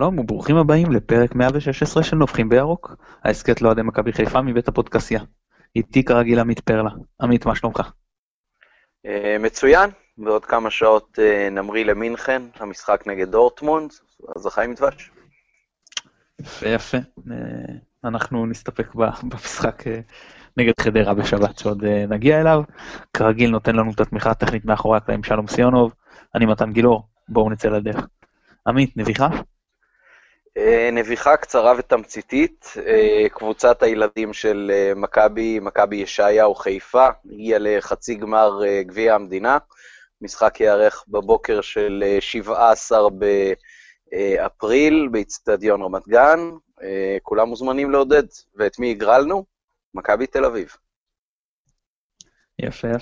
שלום וברוכים הבאים לפרק 116 של נובחים בירוק, ההסכת לאוהדי מכבי חיפה מבית הפודקאסיה. איתי כרגיל עמית פרלה. עמית, מה שלומך? מצוין, בעוד כמה שעות נמריא למינכן, המשחק נגד דורטמונד, אז החיים דבש. יפה. אנחנו נסתפק במשחק נגד חדרה בשבת שעוד נגיע אליו. כרגיל נותן לנו את התמיכה הטכנית מאחורי הקלעים שלום סיונוב. אני מתן גילאור, בואו נצא לדרך. עמית, נביכה? נביכה קצרה ותמציתית, קבוצת הילדים של מכבי ישעיהו חיפה, הגיעה לחצי גמר גביע המדינה, משחק יערך בבוקר של 17 באפריל באצטדיון רמת גן, כולם מוזמנים לעודד, ואת מי הגרלנו? מכבי תל אביב. יפה.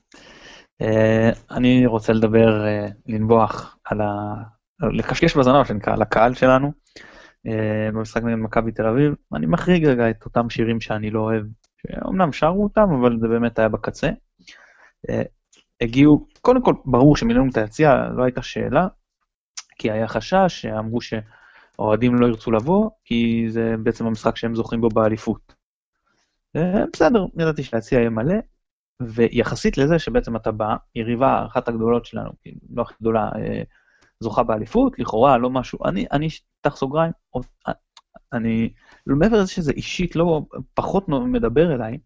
אני רוצה לדבר, לנבוח לקשקש בזנב שנקרא, לקהל שלנו, במשחק נגד מכבי תל אביב. אני מחריג רגע את אותם שירים שאני לא אוהב, שאומנם שרו אותם, אבל זה באמת היה בקצה. הגיעו, קודם כל, ברור שמילאנו את היציאה, לא הייתה שאלה, כי היה חשש שאמרו שהאוהדים לא ירצו לבוא, כי זה בעצם המשחק שהם זוכים בו באליפות. בסדר, ידעתי שהיציאה יהיה מלא, ויחסית לזה שבעצם אתה בא, יריבה, אחת הגדולות שלנו, לא הכי גדולה, זוכה באליפות, לכאורה, לא משהו, אני אשתח סוגריים, אני, מעבר לזה שזה אישית, לא, פחות מדבר אליי,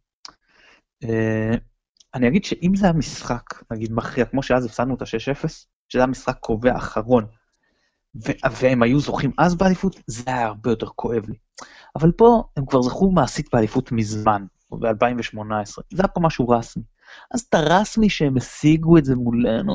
אני אגיד שאם זה המשחק, נגיד מכריע, כמו שאז הפסדנו את ה-6-0, שזה המשחק קובע אחרון, והם היו זוכים אז באליפות, זה היה הרבה יותר כואב לי. אבל פה הם כבר זכו מעשית באליפות מזמן, ב-2018, זה היה פה משהו רסמי. אז את הרסמי שהם השיגו את זה מולנו,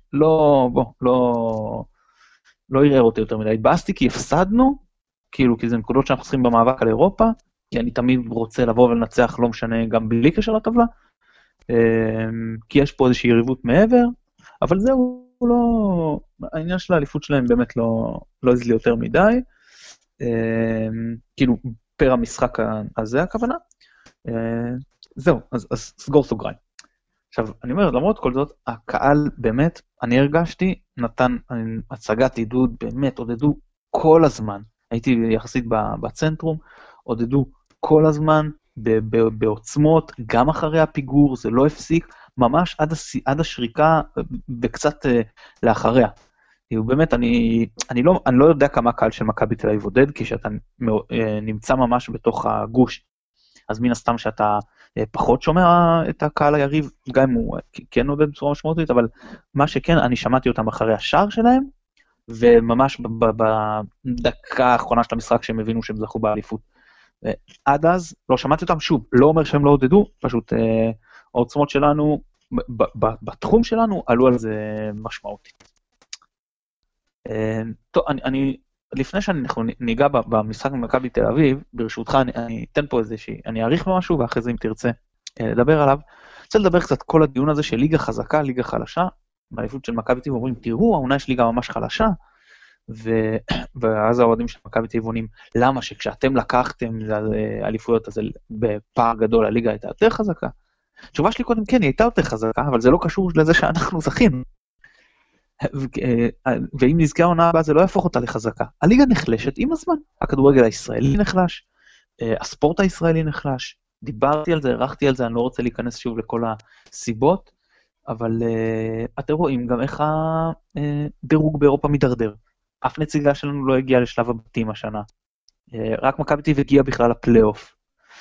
לא יראה אותי יותר מדי. התבאסתי כי הפסדנו, כאילו, כי זה נקודות שאנחנו צריכים במאבק על אירופה, כי אני תמיד רוצה לבוא ולנצח, לא משנה, גם בלי קשר לטבלה, כי יש פה איזושהי יריבות מעבר, אבל זהו, לא, העניין של האליפות שלהם באמת לא הז לי יותר מדי, כאילו, פר המשחק הזה הכוונה, זהו, אז סגור סוגריים. עכשיו, אני אומר, למרות כל זאת, הקהל באמת, אני הרגשתי, נתן הצגת עידוד, באמת, עודדו כל הזמן, הייתי יחסית בצנטרום, עודדו כל הזמן, בעוצמות, גם אחרי הפיגור, זה לא הפסיק, ממש עד השריקה, וקצת לאחריה. באמת, אני לא יודע כמה קהל של מכבי תל אביב עודד, כי שאתה נמצא ממש בתוך הגוש, אז מן הסתם שאתה פחות שומע את הקהל היריב, גם אם הוא כן עודד בצורה משמעותית, אבל מה שכן, אני שמעתי אותם אחרי השער שלהם, וממש בדקה האחרונה של המשחק שהם הבינו שהם זכו באליפות. עד אז לא שמעתי אותם, שוב, לא אומר שהם לא עודדו, פשוט העוצמות שלנו, בתחום שלנו, עלו על זה משמעותית. טוב, לפני שאנחנו ניגע במשחק במכבי תל אביב, ברשותך אני אתן פה איזושהי, אני אעריך במשהו, ואחרי זה אם תרצה לדבר עליו, רוצה לדבר קצת כל הדיון הזה של ליגה חזקה, ליגה חלשה, באליפות של מכבי תל אביב אומרים, תראו, העונה יש ליגה ממש חלשה, ואז האוהדים של מכבי תל אביב עונים, למה שכשאתם לקחתם אליפויות, אז בפער גדול הליגה הייתה יותר חזקה? התשובה שלי קודם כן, היא הייתה יותר חזקה, אבל זה לא קשור לזה שאנחנו זכינו. ואם נזכה העונה הבאה זה לא יהפוך אותה לחזקה. הליגה נחלשת עם הזמן. הכדורגל הישראלי נחלש, הספורט הישראלי נחלש, דיברתי על זה, ערכתי על זה, אני לא רוצה להיכנס שוב לכל הסיבות, אבל אתם רואים גם איך הדירוג באירופה מדרדר. אף נציגה שלנו לא הגיעה לשלב הבתים השנה. רק מכבי תל אביב הגיעה בכלל לפלייאוף.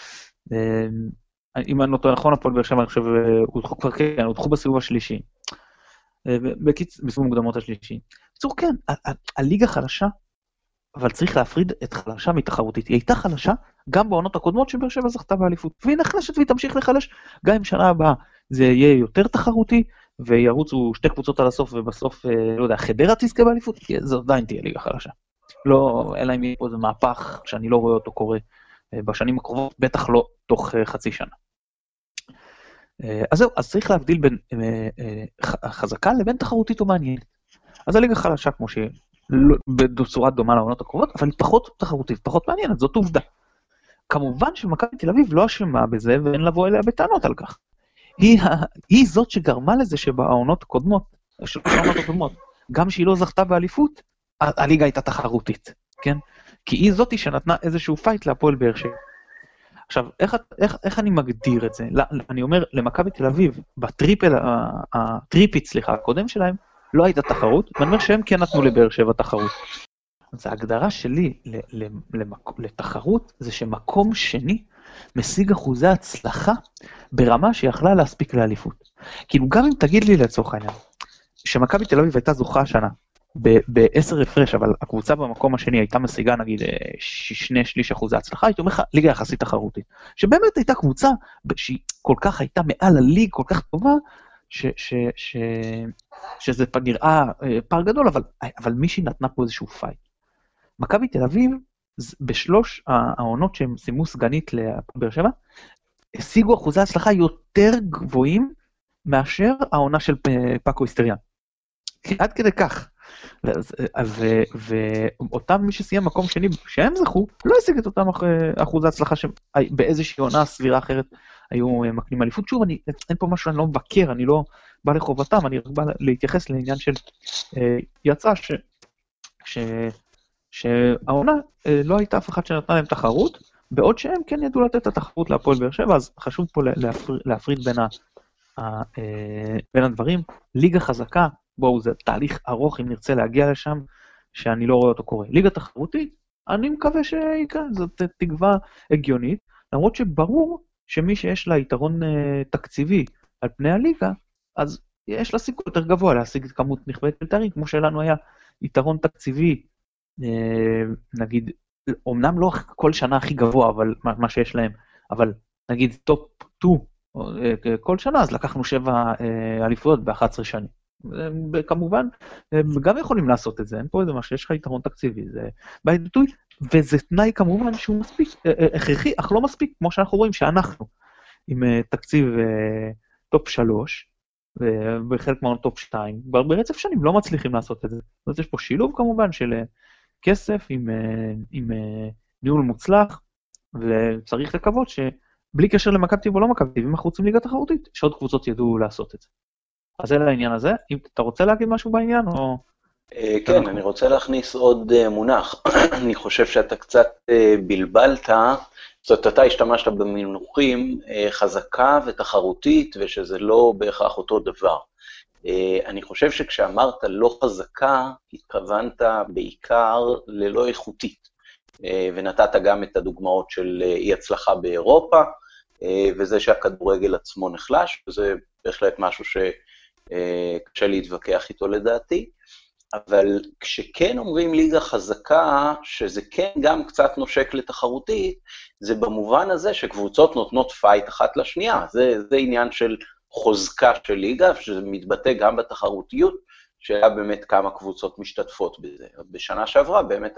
אם אני לא טועה נכון, הפועל באר שבע, אני חושב, הודחו בסיבוב השלישי. בסיבוב מוקדמות השלישי. בקיצור, כן, הליגה חלשה, אבל צריך להפריד את חלשה מתחרותית. היא הייתה חלשה גם בעונות הקודמות שבאר שבע זכתה באליפות, והיא נחלשת והיא תמשיך לחלש, גם אם שנה הבאה זה יהיה יותר תחרותי, וירוצו שתי קבוצות על הסוף, ובסוף, לא יודע, חדרה תזכה באליפות, כי זו עדיין תהיה ליגה חלשה. לא, אלא אם יהיה פה איזה מהפך שאני לא רואה אותו קורה בשנים הקרובות, בטח לא תוך חצי שנה. אז זהו, אז צריך להבדיל בין חזקה לבין תחרותית או מעניינת. אז הליגה חלשה כמו שהיא, בצורה דומה לעונות הקרובות, אבל היא פחות תחרותית, פחות מעניינת, זאת עובדה. כמובן שמכבי תל אביב לא אשמה בזה, ואין לבוא אליה בטענות על כך. היא זאת שגרמה לזה שבעונות הקודמות, גם שהיא לא זכתה באליפות, הליגה הייתה תחרותית. כן? כי היא זאתי שנתנה איזשהו פייט להפועל באר שבע. עכשיו, איך אני מגדיר את זה? אני אומר, למכבי תל אביב, הטריפית, הקודם שלהם, לא הייתה תחרות, ואני אומר שהם כן נתנו לבאר שבע תחרות. אז ההגדרה שלי לתחרות, זה שמקום שני משיג אחוזי הצלחה, ברמה שיכלה להספיק לאליפות. כאילו, גם אם תגיד לי לצורך העניין, שמכבי תל אביב הייתה זוכה השנה, ב-10 הפרש, אבל הקבוצה במקום השני הייתה משיגה נגיד 2/3 אחוזי הצלחה, הייתי אומר לך ליגה יחסית תחרותית, שבאמת הייתה קבוצה שהיא כל כך הייתה מעל הליג, כל כך טובה, שזה נראה פער גדול, אבל מישהי נתנה פה איזשהו פייט. מכבי תל אביב, בשלוש העונות שהם שימו סגנית לבאר שבע, השיגו אחוזי הצלחה יותר גבוהים מאשר העונה של פאקו היסטריאן. עד כדי כך. ואותם מי שסיים מקום שני שהם זכו, לא השיג את אותם אחוזי הצלחה שבאיזושהי עונה סבירה אחרת היו מקנים אליפות. שוב, אין פה משהו, אני לא מבקר, אני לא בא לחובתם, אני רק בא להתייחס לעניין של יצא שהעונה לא הייתה אף אחד שנתנה להם תחרות, בעוד שהם כן ידעו לתת את התחרות להפועל באר שבע, אז חשוב פה להפריד בין הדברים. ליגה חזקה, בואו, זה תהליך ארוך אם נרצה להגיע לשם, שאני לא רואה אותו קורה. ליגה תחרותית, אני מקווה שיקרה, זאת תקווה הגיונית, למרות שברור שמי שיש לה יתרון תקציבי על פני הליגה, אז יש לה סיכוי יותר גבוה להשיג כמות נכבדת של תארים, כמו שלנו היה יתרון תקציבי, נגיד, אומנם לא כל שנה הכי גבוה, אבל מה שיש להם, אבל נגיד טופ 2 כל שנה, אז לקחנו 7 אליפויות ב-11 שנים. כמובן, גם יכולים לעשות את זה, אין פה איזה מה שיש לך יתרון תקציבי, זה ביטוי, וזה תנאי כמובן שהוא מספיק, הכרחי, אך לא מספיק, כמו שאנחנו רואים שאנחנו, עם תקציב טופ 3, ובחלק מהעונות טופ 2, ברצף שנים לא מצליחים לעשות את זה. אז יש פה שילוב כמובן של כסף עם ניהול מוצלח, וצריך לקוות שבלי קשר למכבי תל אביב או לא מכבי תל אביב, אם אנחנו רוצים ליגה תחרותית, שעוד קבוצות ידעו לעשות את זה. אז זה לעניין הזה. אם אתה רוצה להגיד משהו בעניין, או... כן, אני רוצה להכניס עוד מונח. אני חושב שאתה קצת בלבלת, זאת אתה השתמשת במינוחים חזקה ותחרותית, ושזה לא בהכרח אותו דבר. אני חושב שכשאמרת לא חזקה, התכוונת בעיקר ללא איכותית, ונתת גם את הדוגמאות של אי הצלחה באירופה, וזה שהכדורגל עצמו נחלש, וזה בהחלט משהו שקשה להתווכח איתו לדעתי, אבל כשכן אומרים ליגה חזקה, שזה כן גם קצת נושק לתחרותית, זה במובן הזה שקבוצות נותנות פייט אחת לשנייה, זה עניין של חוזקה של ליגה, שזה מתבטא גם בתחרותיות, שהיה באמת כמה קבוצות משתתפות בזה. בשנה שעברה באמת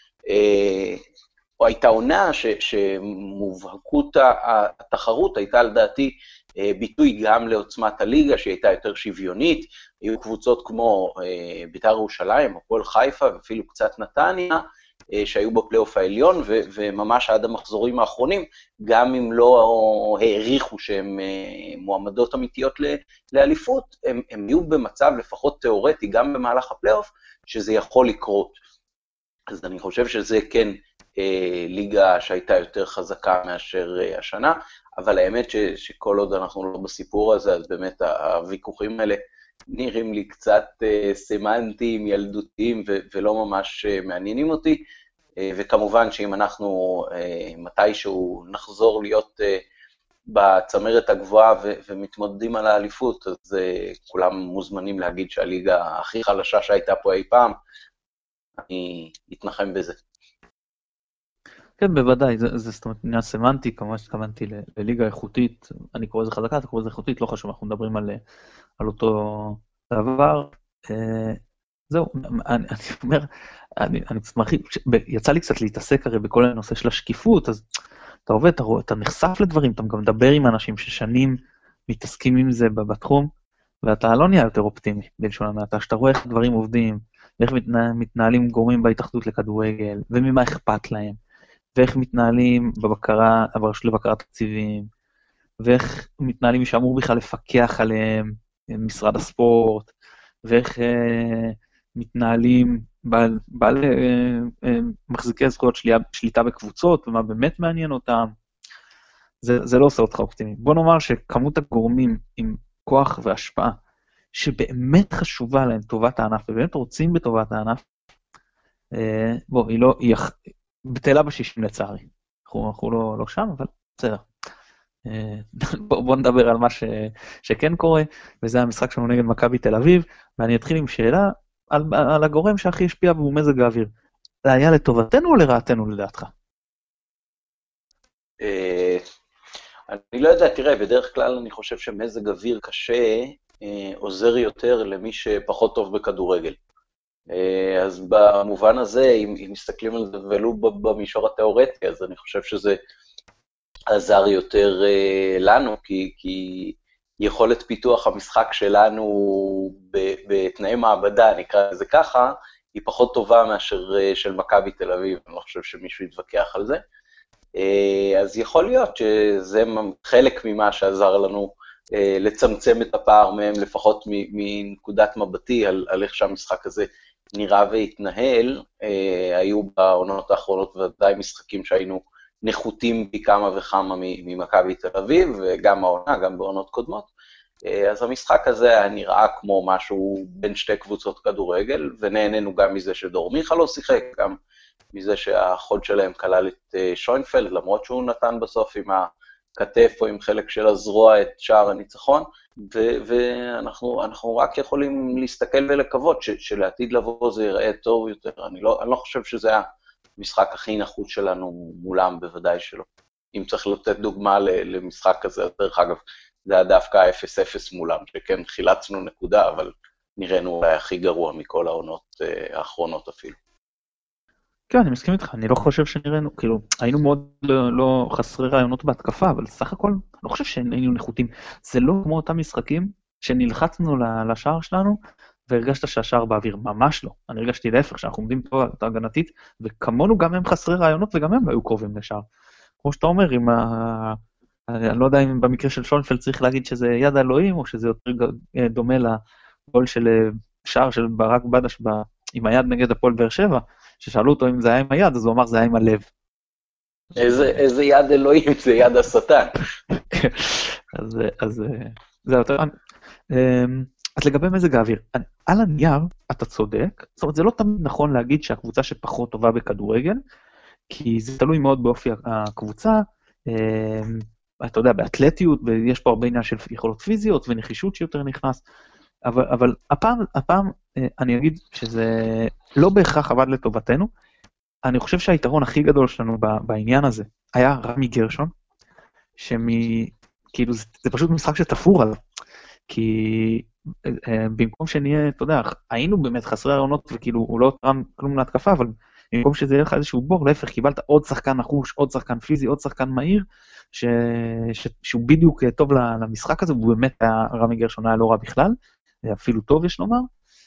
הייתה עונה שמובהקות התחרות הייתה לדעתי ביטוי גם לעוצמת הליגה, שהיא הייתה יותר שוויונית, היו קבוצות כמו בית"ר ירושלים, הפועל חיפה ואפילו קצת נתניה, שהיו בפלייאוף העליון, וממש עד המחזורים האחרונים, גם אם לא העריכו שהן מועמדות אמיתיות לאליפות, הם יהיו במצב לפחות תיאורטי, גם במהלך הפלייאוף, שזה יכול לקרות. אז אני חושב שזה כן ליגה שהייתה יותר חזקה מאשר השנה, אבל האמת שכל עוד אנחנו לא בסיפור הזה, אז באמת הוויכוחים האלה נראים לי קצת סמנטיים, ילדותיים, ולא ממש מעניינים אותי, וכמובן שאם אנחנו מתישהו נחזור להיות בצמרת הגבוהה ומתמודדים על האליפות, אז כולם מוזמנים להגיד שהליגה הכי חלשה שהייתה פה אי פעם, אני אתנחם בזה. כן, בוודאי, זה זאת אומרת עניין סמנטי, כמובן שהתכוונתי לליגה איכותית, אני קורא לזה חזקה, אתה קורא לזה איכותית, לא חשוב, אנחנו מדברים על אותו דבר. זהו, אני אומר, אני מרחיב, יצא לי קצת להתעסק הרי בכל הנושא של השקיפות, אז אתה עובד, אתה נחשף לדברים, אתה גם מדבר עם אנשים ששנים מתעסקים עם זה בתחום, ואתה לא נהיה יותר אופטימי בלשון המעטה, שאתה רואה איך דברים עובדים, ואיך מתנהלים גורמים בהתאחדות לכדורגל, וממה אכפת להם, ואיך מתנהלים ברשות לבקרת תקציבים, ואיך מתנהלים שאמור בכלל לפקח עליהם, משרד הספורט, ואיך מתנהלים בעל מחזיקי זכויות שליטה בקבוצות, ומה באמת מעניין אותם, זה לא עושה אותך אופטימי. בוא נאמר שכמות הגורמים עם כוח והשפעה, שבאמת חשובה להם טובת הענף, ובאמת רוצים בטובת הענף, היא בטלה ב-60 לצערי. אנחנו לא שם, אבל בסדר. בוא נדבר על מה שכן קורה, וזה המשחק שלנו נגד מכבי תל אביב, ואני אתחיל עם שאלה על הגורם שהכי השפיע והוא מזג האוויר. זה היה לטובתנו או לרעתנו לדעתך? אני לא יודע, תראה, בדרך כלל אני חושב שמזג אוויר קשה עוזר יותר למי שפחות טוב בכדורגל. אז במובן הזה, אם מסתכלים על זה ולו במישור התיאורטי, אז אני חושב שזה עזר יותר לנו, כי יכולת פיתוח המשחק שלנו בתנאי מעבדה, נקרא לזה ככה, היא פחות טובה מאשר של מכבי תל אביב, אני לא חושב שמישהו יתווכח על זה. אז יכול להיות שזה חלק ממה שעזר לנו לצמצם את הפער מהם, לפחות מנקודת מבטי על איך שהמשחק הזה נראה והתנהל. היו בעונות האחרונות ודאי משחקים שהיינו נחותים פי כמה וכמה ממכבי תל אביב, וגם העונה, גם בעונות קודמות. אז המשחק הזה היה נראה כמו משהו בין שתי קבוצות כדורגל, ונהנינו גם מזה שדור מיכה לא שיחק, גם מזה שהחוד שלהם כלל את שוינפלד, למרות שהוא נתן בסוף עם הכתף או עם חלק של הזרוע את שער הניצחון, ואנחנו רק יכולים להסתכל ולקוות שלעתיד לבוא זה יראה טוב יותר. אני לא חושב שזה המשחק הכי נחוץ שלנו מולם, בוודאי שלא. אם צריך לתת דוגמה למשחק כזה, דרך אגב, זה היה דווקא 0-0 מולם, שכן חילצנו נקודה, אבל נראינו אולי הכי גרוע מכל העונות האחרונות אפילו. כן, אני מסכים איתך, אני לא חושב שנראינו, כאילו, היינו מאוד לא חסרי רעיונות בהתקפה, אבל סך הכל, אני לא חושב שהיינו נחותים. זה לא כמו אותם משחקים שנלחצנו לשער שלנו, והרגשת שהשער באוויר, ממש לא. אני הרגשתי להפך, שאנחנו עומדים פה על אותה הגנתית, וכמונו גם הם חסרי רעיונות, וגם הם לא היו קרובים לשער. כמו שאתה אומר, אני לא יודע אם במקרה של שונפלד צריך להגיד שזה יד אלוהים, או שזה יותר דומה לגול של שער של ברק בדש עם היד נגד הפועל באר שבע, ששאלו אותו אם זה היה עם היד, אז הוא אמר זה היה עם הלב. איזה יד אלוהים, זה יד השטן. אז זה יותר... אז לגבי מזג האוויר, על הנייר אתה צודק, זאת אומרת זה לא תמיד נכון להגיד שהקבוצה שפחות טובה בכדורגל, כי זה תלוי מאוד באופי הקבוצה, אתה יודע, באתלטיות, ויש פה הרבה עניין של יכולות פיזיות ונחישות שיותר נכנס, אבל הפעם אני אגיד שזה לא בהכרח עבד לטובתנו. אני חושב שהיתרון הכי גדול שלנו בעניין הזה היה רמי גרשון, כאילו זה פשוט משחק שתפור עליו, כי במקום שנהיה, אתה יודע, היינו באמת חסרי רעיונות, וכאילו הוא לא תרם כלום להתקפה, אבל במקום שזה יהיה לך איזשהו בור, להפך, קיבלת עוד שחקן נחוש, עוד שחקן פיזי, עוד שחקן מהיר, שהוא בדיוק טוב למשחק הזה, והוא באמת רמי גרשון היה לא רע בכלל, אפילו טוב יש לומר,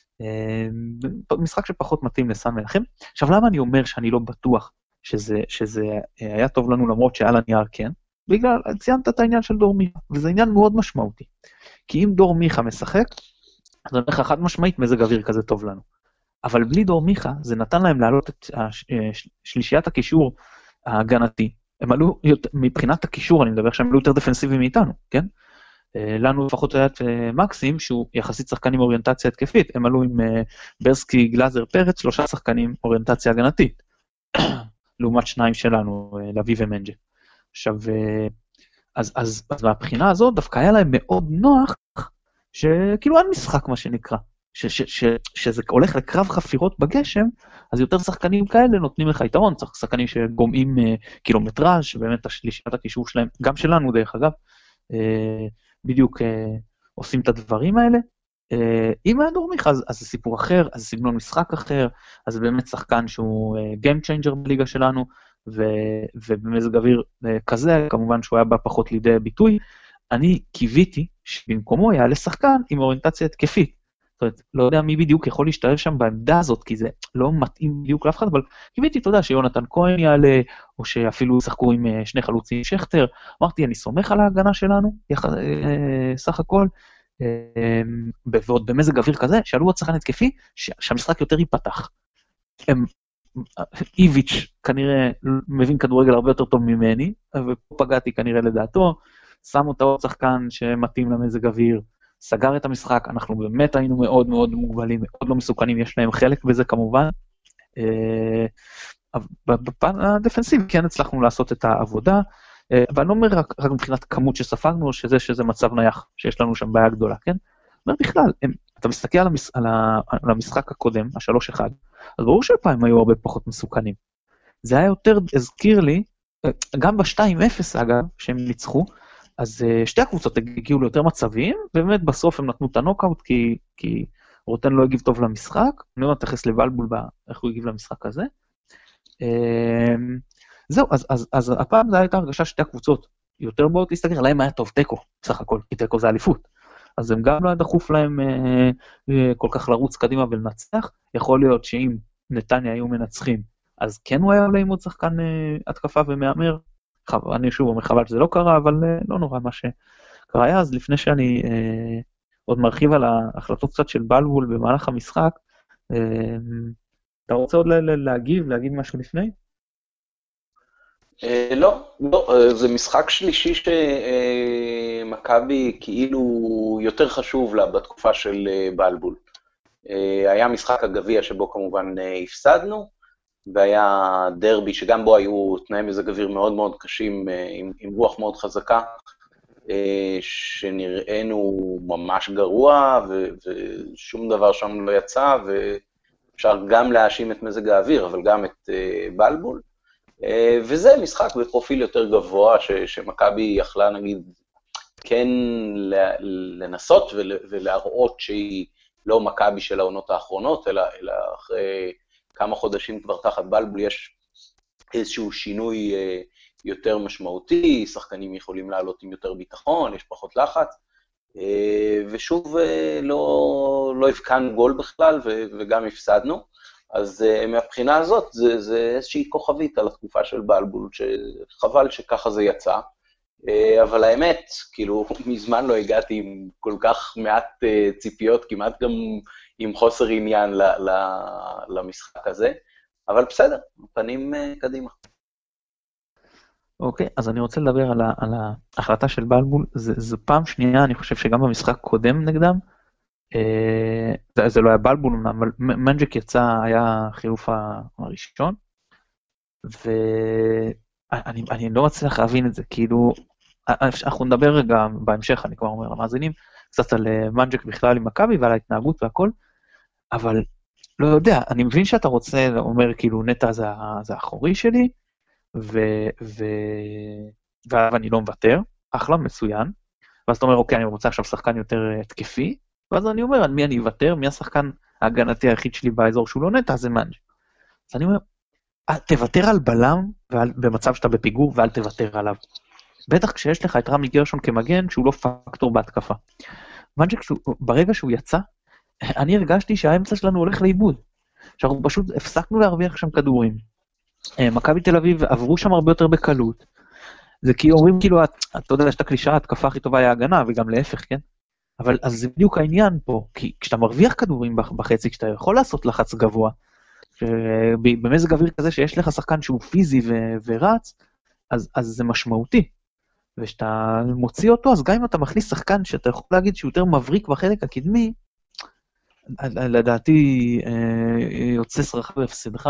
משחק שפחות מתאים לסן מנחם. עכשיו למה אני אומר שאני לא בטוח שזה היה טוב לנו למרות שעל הנייר כן? בגלל, ציינת את העניין של דור מיכה, וזה עניין מאוד משמעותי, כי אם דור מיכה משחק, אז אני אומר לך חד משמעית מזג אוויר כזה טוב לנו, אבל בלי דור מיכה זה נתן להם להעלות את שלישיית הקישור ההגנתי, הם עלו, מבחינת הקישור אני מדבר שהם עלו יותר דפנסיבי מאיתנו, כן? לנו לפחות היה את מקסים, שהוא יחסית שחקן עם אוריינטציה התקפית, הם עלו עם ברסקי, גלאזר, פרץ, 3 שחקנים אוריינטציה הגנתית, לעומת 2 שלנו, לוי ומנג'ה. עכשיו, אז מהבחינה הזאת דווקא היה להם מאוד נוח, שכאילו אין משחק מה שנקרא, שזה הולך לקרב חפירות בגשם, אז יותר שחקנים כאלה נותנים לך יתרון, צריך שחקנים שגומעים קילומטראז', שבאמת השלישיית הקישור שלהם, גם שלנו דרך אגב, בדיוק עושים את הדברים האלה. אם היה דור מיכה, אז זה סיפור אחר, אז זה סגנון משחק אחר, אז זה באמת שחקן שהוא game changer בליגה שלנו, ובמזג אוויר כזה, כמובן שהוא היה בה פחות לידי ביטוי, אני קיוויתי שבמקומו יעלה שחקן עם אוריינטציה התקפית. זאת אומרת, לא יודע מי בדיוק יכול להשתלב שם בעמדה הזאת, כי זה לא מתאים בדיוק לאף אחד, אבל קיוויתי, אתה יודע, שיונתן כהן יעלה, או שאפילו שחקו עם 2 חלוצים שכטר. אמרתי, אני סומך על ההגנה שלנו, סך הכל, ועוד במזג אוויר כזה, שעלו עוד שחקן התקפי, שהמשחק יותר ייפתח. איביץ' כנראה מבין כדורגל הרבה יותר טוב ממני, ופה פגעתי כנראה לדעתו, שמו את עוד שחקן שמתאים למזג אוויר, סגר את המשחק, אנחנו באמת היינו מאוד מאוד מוגבלים, מאוד לא מסוכנים, יש להם חלק בזה כמובן, בפן הדפנסיבי כן הצלחנו לעשות את העבודה, ואני לא אומר רק מבחינת כמות שספגנו, שזה מצב נייח, שיש לנו שם בעיה גדולה, כן? אומר בכלל, אתה מסתכל על המשחק הקודם, ה-3-1, אז ברור שהפעמים היו הרבה פחות מסוכנים. זה היה יותר, הזכיר לי, גם ב-2-0 אגב, שהם ניצחו, אז שתי הקבוצות הגיעו ליותר מצבים, ובאמת בסוף הם נתנו את הנוקאוט, כי רוטן לא הגיב טוב למשחק, אני לא נתייחס לבלבול איך הוא הגיב למשחק הזה. זהו, אז הפעם זה הייתה הרגשה שתי הקבוצות יותר באות להסתגר, להם היה טוב טקו, בסך הכל, כי טקו זה אליפות. אז הם גם לא דחוף להם כל כך לרוץ קדימה ולנצח, יכול להיות שאם נתניה היו מנצחים, אז כן הוא היה עולה עם עוד שחקן התקפה ומאמר, אני שוב אומר חבל שזה לא קרה, אבל לא נורא מה שקרה היה, אז לפני שאני עוד מרחיב על ההחלטות קצת של בלבול במהלך המשחק, אתה רוצה עוד להגיד משהו לפני? לא, זה משחק שלישי שמכבי כאילו יותר חשוב לה בתקופה של בלבול. היה משחק הגביע שבו כמובן הפסדנו, והיה דרבי שגם בו היו תנאי מזג אוויר מאוד מאוד קשים, עם רוח מאוד חזקה, שנראינו ממש גרוע, ושום דבר שם לא יצא, ואפשר גם להאשים את מזג האוויר, אבל גם את בלבול. וזה משחק בפרופיל יותר גבוה, שמכבי יכלה נגיד כן לנסות ולהראות שהיא לא מכבי של העונות האחרונות, אלא אחרי כמה חודשים כבר תחת בלבול יש איזשהו שינוי יותר משמעותי, שחקנים יכולים לעלות עם יותר ביטחון, יש פחות לחץ, ושוב לא הבקענו גול בכלל וגם הפסדנו, אז מהבחינה הזאת זה איזושהי כוכבית על התקופה של בלבול, שחבל שככה זה יצא, אבל האמת, כאילו, מזמן לא הגעתי עם כל כך מעט ציפיות, כמעט גם עם חוסר עניין למשחק הזה, אבל בסדר, פנים קדימה. אוקיי, אז אני רוצה לדבר על ההחלטה של בלבול, זו פעם שנייה, אני חושב שגם במשחק קודם נגדם, זה לא היה בלבול, אבל מנג'ק יצא, היה חילוף הראשון, ואני לא מצליח להבין את זה, כאילו, אנחנו נדבר רגע בהמשך, אני כבר אומר למאזינים, קצת על מנג'ק בכלל עם מכבי ועל ההתנהגות והכל, אבל לא יודע, אני מבין שאתה רוצה, אומר כאילו נטע זה האחורי שלי, ואני לא מוותר, אחלה, מצוין, ואז אתה אומר, אוקיי, אני רוצה עכשיו שחקן יותר תקפי, ואז אני אומר, על מי אני אוותר, מי השחקן ההגנתי היחיד שלי באזור שהוא לא נטע, זה מנג'ק. אז אני אומר, תוותר על בלם במצב שאתה בפיגור, ואל תוותר עליו. בטח כשיש לך את רמי גרשון כמגן, שהוא לא פקטור בהתקפה. מנג'ק, ברגע שהוא יצא, אני הרגשתי שהאמצע שלנו הולך לאיבוד. שאנחנו פשוט הפסקנו להרוויח שם כדורים. מכבי תל אביב עברו שם הרבה יותר בקלות. זה כי אומרים כאילו, אתה יודע, יש את הקלישה, ההתקפה הכי טובה היא ההגנה, וגם להפך, כן? אבל אז זה בדיוק העניין פה, כי כשאתה מרוויח כדורים בחצי, כשאתה יכול לעשות לחץ גבוה, במזג אוויר כזה שיש לך שחקן שהוא פיזי ורץ, אז זה משמעותי. וכשאתה מוציא אותו, אז גם אם אתה מכניס שחקן שאתה יכול להגיד שהוא יותר מבריק בחלק הקדמי, לדעתי יוצא סרחה והפסדך,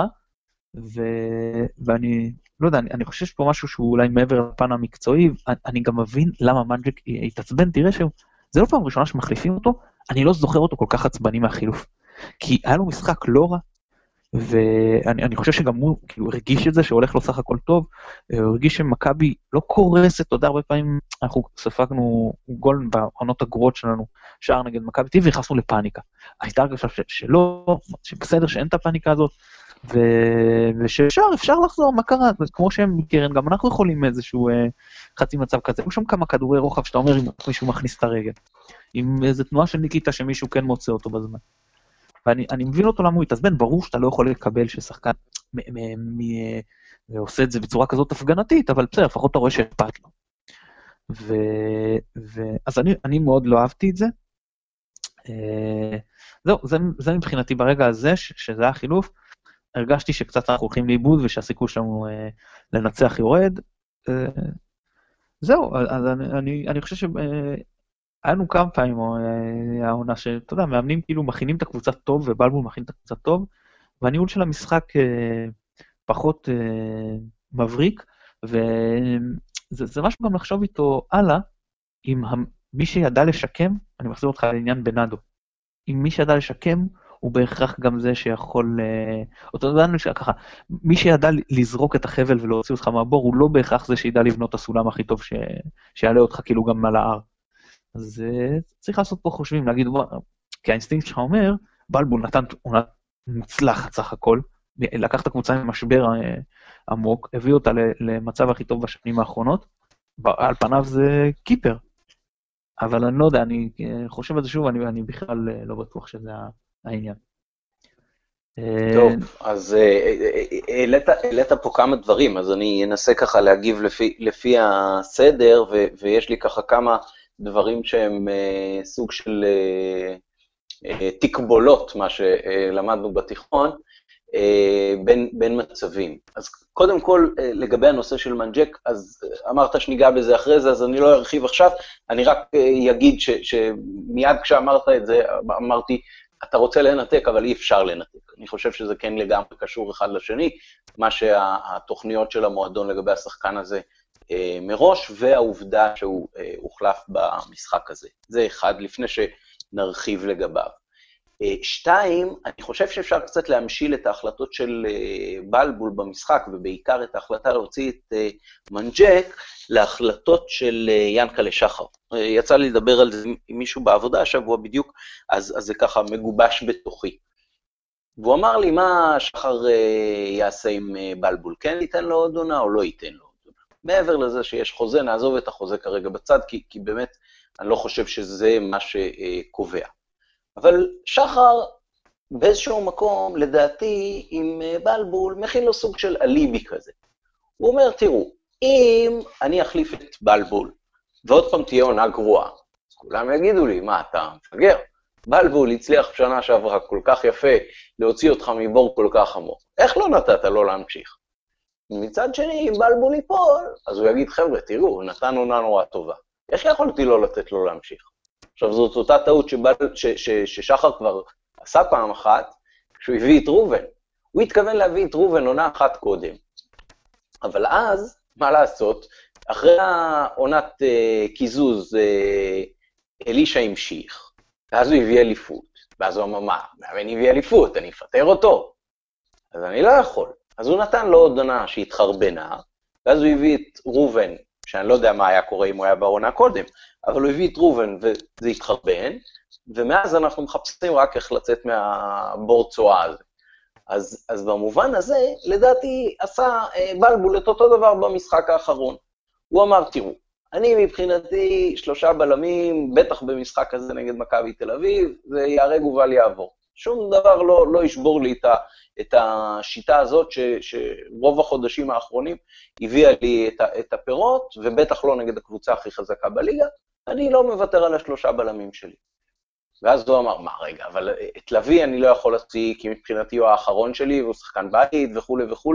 ואני לא יודע, אני חושב שפה משהו שהוא אולי מעבר לפן המקצועי, אני גם מבין למה מנג'ק יתעצבן, תראה זה לא פעם ראשונה שמחליפים אותו, אני לא זוכר אותו כל כך עצבני מהחילוף, כי היה לו משחק לא רע, ואני חושב שגם הוא כאילו הרגיש את זה שהולך לו סך הכל טוב, הוא הרגיש שמכבי לא קורסת, אתה יודע, הרבה פעמים אנחנו ספגנו גול בעונות הגרועות שלנו, שער נגד מכבי טבעי, והכנסנו לפאניקה. הייתה הרגשה שלא, שבסדר שאין את הפאניקה הזאת, ושאפשר לחזור, מה קרה? כמו שהם קרן, גם אנחנו יכולים איזשהו חצי מצב כזה, הוא שם כמה כדורי רוחב שאתה אומר אם מישהו מכניס את הרגל, עם איזו תנועה של ניקיטה שמישהו כן מוצא אותו בזמן. ואני מבין אותו למה הוא יתעצבן, ברור שאתה לא יכול לקבל ששחקן ועושה את זה בצורה כזאת הפגנתית, אבל בסדר, לפחות אתה רואה שאכפת לו. אז אני מאוד לא אהבתי את זה. זהו, זה מבחינתי ברגע הזה, שזה היה חילוף, הרגשתי שקצת אנחנו הולכים לאיבוד, ושהסיכוי שלנו לנצח יורד. זהו, אז אני חושב היה לנו כמה פעמים העונה שאתה יודע, מאמנים כאילו מכינים את הקבוצה טוב, ובלבול מכין את הקבוצה טוב, והניהול של המשחק פחות מבריק, וזה משהו גם לחשוב איתו הלאה, אם מי שידע לשקם, אני מחזיר אותך לעניין בנאדו, אם מי שידע לשקם, הוא בהכרח גם זה שיכול, אותו דבר ככה, מי שידע לזרוק את החבל ולהוציא אותך מהבור, הוא לא בהכרח זה שידע לבנות את הסולם הכי טוב שיעלה אותך כאילו גם על ההר. אז צריך לעשות פה חושבים, להגיד, כי האינסטינקט שלך אומר, בלבול נתן עונה מוצלחת סך הכל, לקח את הקבוצה עם משבר עמוק, הביא אותה למצב הכי טוב בשנים האחרונות, על פניו זה קיפר. אבל אני לא יודע, אני חושב על זה שוב, אני בכלל לא בטוח שזה העניין. טוב, אז העלית פה כמה דברים, אז אני אנסה ככה להגיב לפי הסדר, ויש לי ככה כמה דברים שהם סוג של תקבולות, מה שלמדנו בתיכון, בין מצבים. אז קודם כל, לגבי הנושא של מנג'ק, אז אמרת שניגע בזה אחרי זה, אז אני לא ארחיב עכשיו, אני רק אגיד שמיד כשאמרת את זה, אמרתי, אתה רוצה לנתק, אבל אי אפשר לנתק. אני חושב שזה כן לגמרי קשור אחד לשני, מה שהתוכניות של המועדון לגבי השחקן הזה מראש, והעובדה שהוא הוחלף במשחק הזה. זה אחד, לפני שנרחיב לגביו. שתיים, אני חושב שאפשר קצת להמשיל את ההחלטות של בלבול במשחק, ובעיקר את ההחלטה להוציא את מנג'ק, להחלטות של ינקלה שחר. יצא לי לדבר על זה עם מישהו בעבודה השבוע בדיוק, אז זה ככה מגובש בתוכי. והוא אמר לי, מה שחר יעשה עם בלבול? כן ייתן לו עוד עונה או לא ייתן לו עוד עונה? מעבר לזה שיש חוזה, נעזוב את החוזה כרגע בצד, כי באמת אני לא חושב שזה מה שקובע. אבל שחר באיזשהו מקום, לדעתי, עם בלבול, מכין לו סוג של אליבי כזה. הוא אומר, תראו, אם אני אחליף את בלבול, ועוד פעם תהיה עונה גרועה, אז כולם יגידו לי, מה, אתה מפגר? בלבול הצליח בשנה שעברה כל כך יפה, להוציא אותך מבור כל כך עמוק. איך לא נתת לו להמשיך? מצד שני, אם בלבול ייפול, אז הוא יגיד, חבר'ה, תראו, נתן עונה נורא טובה. איך יכולתי לא לתת לו להמשיך? עכשיו, זאת אותה טעות ששחר כבר עשה פעם אחת, כשהוא הביא את רובן. הוא התכוון להביא את רובן עונה אחת קודם. אבל אז, מה לעשות? אחרי העונת קיזוז, אלישה המשיך, ואז הוא הביא אליפות. ואז הוא אמר, מה? מאמן הביא אליפות, אני אפטר אותו. אז אני לא יכול. אז הוא נתן לו עוד עונה שהתחרבנה, ואז הוא הביא את רובן, שאני לא יודע מה היה קורה אם הוא היה בעונה קודם, אבל הוא הביא את רובן וזה התחרבן, ומאז אנחנו מחפשים רק איך לצאת מהבור צועה הזה. אז במובן הזה, לדעתי, עשה בלבול את אותו דבר במשחק האחרון. הוא אמר, תראו, אני מבחינתי 3 בלמים, בטח במשחק הזה נגד מכבי תל אביב, זה יהרג ובל יעבור. שום דבר לא ישבור לי את השיטה הזאת שרוב החודשים האחרונים הביאה לי את הפירות, ובטח לא נגד הקבוצה הכי חזקה בליגה, אני לא מוותר על 3 בלמים שלי. ואז הוא אמר, מה רגע, אבל את לוי אני לא יכול להוציא, כי מבחינתי הוא האחרון שלי, והוא שחקן בית וכו' וכו',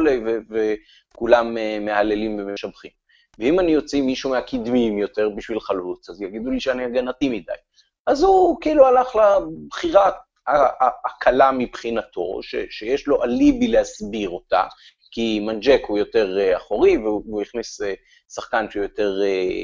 וכולם מהללים ומשבחים. ואם אני יוציא מישהו מהקדמים יותר בשביל חלוץ, אז יגידו לי שאני הגנתי מדי. אז הוא כאילו הלך לבחירה הקלה מבחינתו, שיש לו אליבי להסביר אותה, כי מנג'ק הוא יותר אחורי, והוא הכניס שחקן שהוא יותר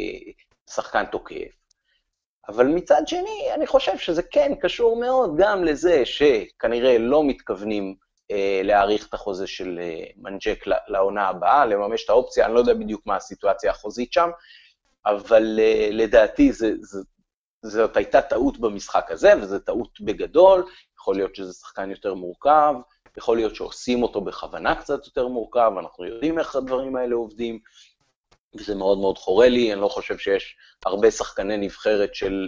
שחקן תוקף. אבל מצד שני, אני חושב שזה כן קשור מאוד גם לזה שכנראה לא מתכוונים להאריך את החוזה של מנג'ק לעונה הבאה, לממש את האופציה, אני לא יודע בדיוק מה הסיטואציה החוזית שם, אבל לדעתי זאת הייתה טעות במשחק הזה, וזו טעות בגדול, יכול להיות שזה שחקן יותר מורכב, יכול להיות שעושים אותו בכוונה קצת יותר מורכב, אנחנו יודעים איך הדברים האלה עובדים, וזה מאוד מאוד חורה לי, אני לא חושב שיש הרבה שחקני נבחרת של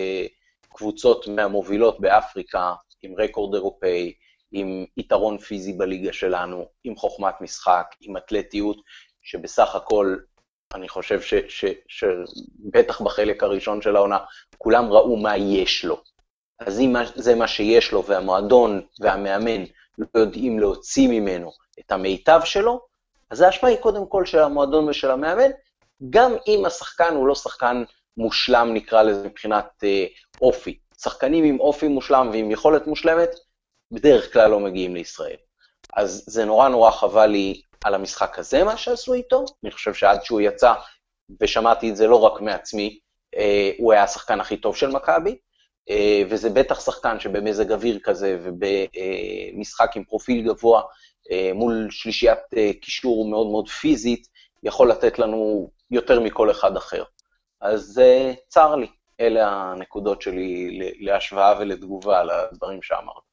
קבוצות מהמובילות באפריקה, עם רקורד אירופאי, עם יתרון פיזי בליגה שלנו, עם חוכמת משחק, עם אתלטיות, שבסך הכל אני חושב שבטח בחלק הראשון של העונה, כולם ראו מה יש לו. אז אם זה מה שיש לו, והמועדון והמאמן לא יודעים להוציא ממנו את המיטב שלו, אז האשמה היא קודם כל של המועדון ושל המאמן, גם אם השחקן הוא לא שחקן מושלם, נקרא לזה מבחינת אופי. שחקנים עם אופי מושלם ועם יכולת מושלמת, בדרך כלל לא מגיעים לישראל. אז זה נורא נורא חבל לי על המשחק הזה מה שעשו איתו, אני חושב שעד שהוא יצא, ושמעתי את זה לא רק מעצמי, הוא היה השחקן הכי טוב של מכבי, וזה בטח שחקן שבמזג אוויר כזה, ובמשחק עם פרופיל גבוה, מול שלישיית קישור מאוד מאוד פיזית, יכול לתת לנו יותר מכל אחד אחר. אז צר לי, אלה הנקודות שלי להשוואה ולתגובה על הדברים שאמרת.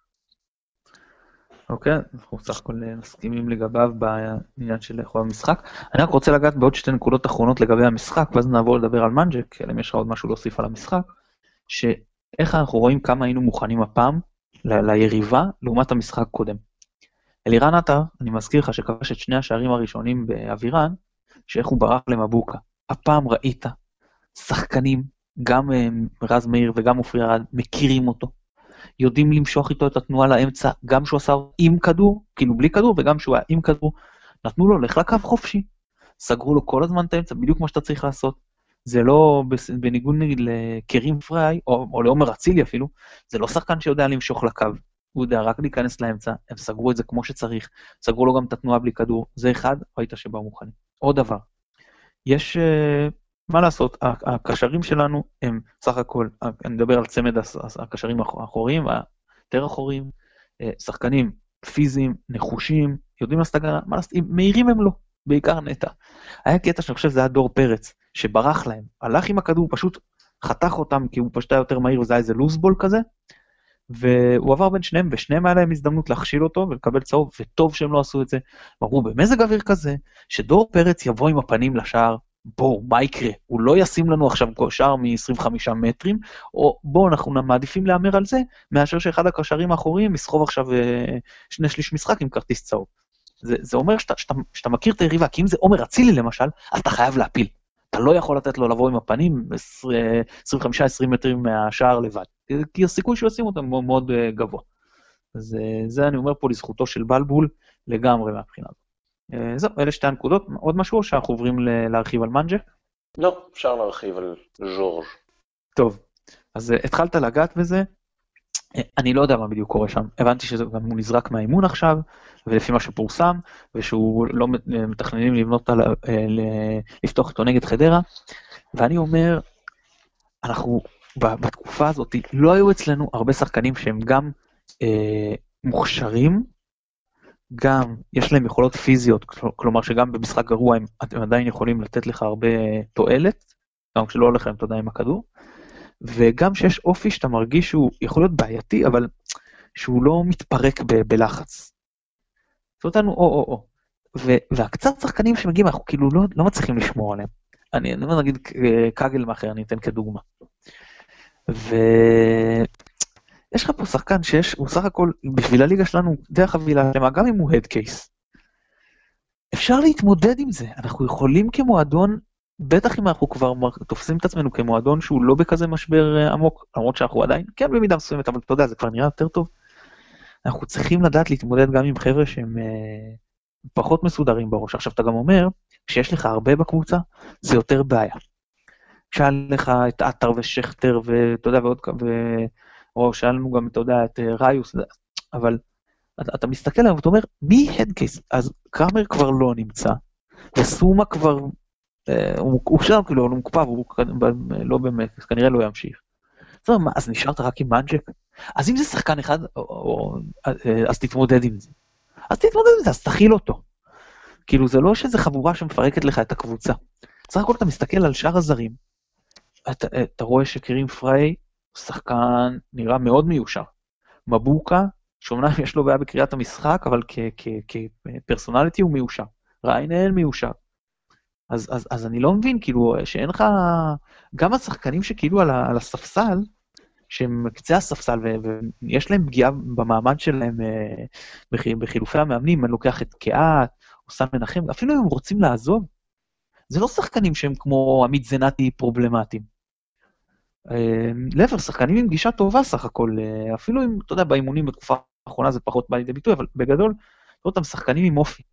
אוקיי, אנחנו סך הכל מסכימים לגביו בעניין של איכות המשחק. אני רק רוצה לגעת בעוד שתי נקודות אחרונות לגבי המשחק, ואז נעבור לדבר על מנג'ק, אלא אם יש לך עוד משהו להוסיף על המשחק, שאיך אנחנו רואים כמה היינו מוכנים הפעם ליריבה לעומת המשחק קודם. אלירן עטר, אני מזכיר לך שכבש את שני השערים הראשונים באווירן, שאיך הוא ברח למבוקה. הפעם ראית שחקנים, גם רז מאיר וגם אופיר ארד, מכירים אותו. יודעים למשוך איתו את התנועה לאמצע, גם שהוא עשה עם כדור, כאילו בלי כדור, וגם שהוא היה עם כדור, נתנו לו לך לקו חופשי, סגרו לו כל הזמן את האמצע, בדיוק כמו שאתה צריך לעשות. זה לא, בניגוד נגיד לקרים פריי, או לעומר אצילי אפילו, זה לא שחקן שיודע למשוך לקו, הוא יודע רק להיכנס לאמצע, הם סגרו את זה כמו שצריך, סגרו לו גם את התנועה בלי כדור, זה אחד, ראית שבאו מוכנים. עוד דבר, יש, מה לעשות, הקשרים שלנו הם סך הכל, אני מדבר על צמד הקשרים האחוריים, היותר אחוריים, שחקנים פיזיים, נחושים, יודעים להסתגר, מה לעשות, מהירים הם לא, בעיקר נטע. היה קטע שאני חושב שזה היה דור פרץ, שברח להם, הלך עם הכדור, פשוט חתך אותם, כי הוא פשוט היה יותר מהיר, וזה היה איזה לוסבול כזה, והוא עבר בין שניהם, ושניהם היה להם הזדמנות להכשיל אותו, ולקבל צהוב, וטוב שהם לא עשו את זה. אמרו, במזג אוויר כזה, שדור פרץ יבוא עם הפנים לשער, בואו, מה יקרה? הוא לא ישים לנו עכשיו שער מ-25 מטרים, או בואו, אנחנו מעדיפים לאמר על זה, מאשר שאחד הקשרים האחוריים יסחוב עכשיו 2/3 משחק עם כרטיס צהוב. זה אומר שאתה מכיר את היריבה, כי אם זה עומר אצילי למשל, אז אתה חייב להפיל. אתה לא יכול לתת לו לבוא עם הפנים 25-20 מטרים מהשער לבד, כי הסיכוי שהוא ישים אותם מאוד, מאוד גבוה. אז זה אני אומר פה לזכותו של בלבול לגמרי מהבחינה הזאת. זהו, אלה שתי הנקודות. עוד משהו או שאנחנו עוברים להרחיב על מנג'ק? לא, אפשר להרחיב על ז'ורג'. טוב, אז התחלת לגעת בזה, אני לא יודע מה בדיוק קורה שם, הבנתי שגם הוא נזרק מהאימון עכשיו, ולפי מה שפורסם, ושהוא לא מתכננים לבנות לפתוח איתו נגד חדרה, ואני אומר, אנחנו בתקופה הזאת, לא היו אצלנו הרבה שחקנים שהם גם מוכשרים, גם יש להם יכולות פיזיות, כלומר שגם במשחק גרוע הם עדיין יכולים לתת לך הרבה תועלת, גם כשלא הולך להם תודה עם הכדור, וגם שיש אופי שאתה מרגיש שהוא יכול להיות בעייתי, אבל שהוא לא מתפרק בלחץ. זאת אומרת, או. והקצת שחקנים שמגיעים, אנחנו כאילו לא מצליחים לשמור עליהם. אני אומר נגיד קאגל מאחר, אני אתן כדוגמה. ויש לך פה שחקן הוא סך הכל, בשביל הליגה שלנו, דרך חבילה שלמה, גם אם הוא הד קייס. אפשר להתמודד עם זה, אנחנו יכולים כמועדון, בטח אם אנחנו כבר תופסים את עצמנו כמועדון שהוא לא בכזה משבר עמוק, למרות שאנחנו עדיין, כן במידה מסוימת, אבל אתה יודע, זה כבר נראה יותר טוב. אנחנו צריכים לדעת להתמודד גם עם חבר'ה שהם פחות מסודרים בראש. עכשיו אתה גם אומר, כשיש לך הרבה בקבוצה, זה יותר בעיה. כשהיה לך את עטר ושכתר, ואתה יודע, או שהיה לנו גם, אתה יודע, את ראיוס, אבל אתה מסתכל עליו ואתה אומר, מי הדקייס? אז קרמר כבר לא נמצא, וסומה כבר, הוא שם כאילו, הוא מוקפב, הוא לא באמת, כנראה לא ימשיך. זאת אומרת, אז נשארת רק עם מנג'ק? אז אם זה שחקן אחד, אז תתמודד עם זה. אז תכיל אותו. כאילו, זה לא שזה חבורה שמפרקת לך את הקבוצה. סך הכל אתה מסתכל על שאר הזרים, אתה רואה שקרים פריי, שחקן נראה מאוד מיושר. מבוקה, שאומנם יש לו בעיה בקריאת המשחק, אבל כפרסונליטי הוא מיושר. ריינל מיושר. אז אני לא מבין, כאילו, שאין לך, גם השחקנים שכאילו על הספסל, שהם קצה הספסל, ויש להם פגיעה במעמד שלהם בחילופי המאמנים, אני לוקח את קהת, או סן מנחם, אפילו אם הם רוצים לעזוב, זה לא שחקנים שהם כמו עמית זנתי פרובלמטיים. להפך, שחקנים עם גישה טובה סך הכל, אפילו אם, אתה יודע, באימונים בתקופה האחרונה זה פחות בא לידי ביטוי, אבל בגדול, אותם שחקנים עם אופי.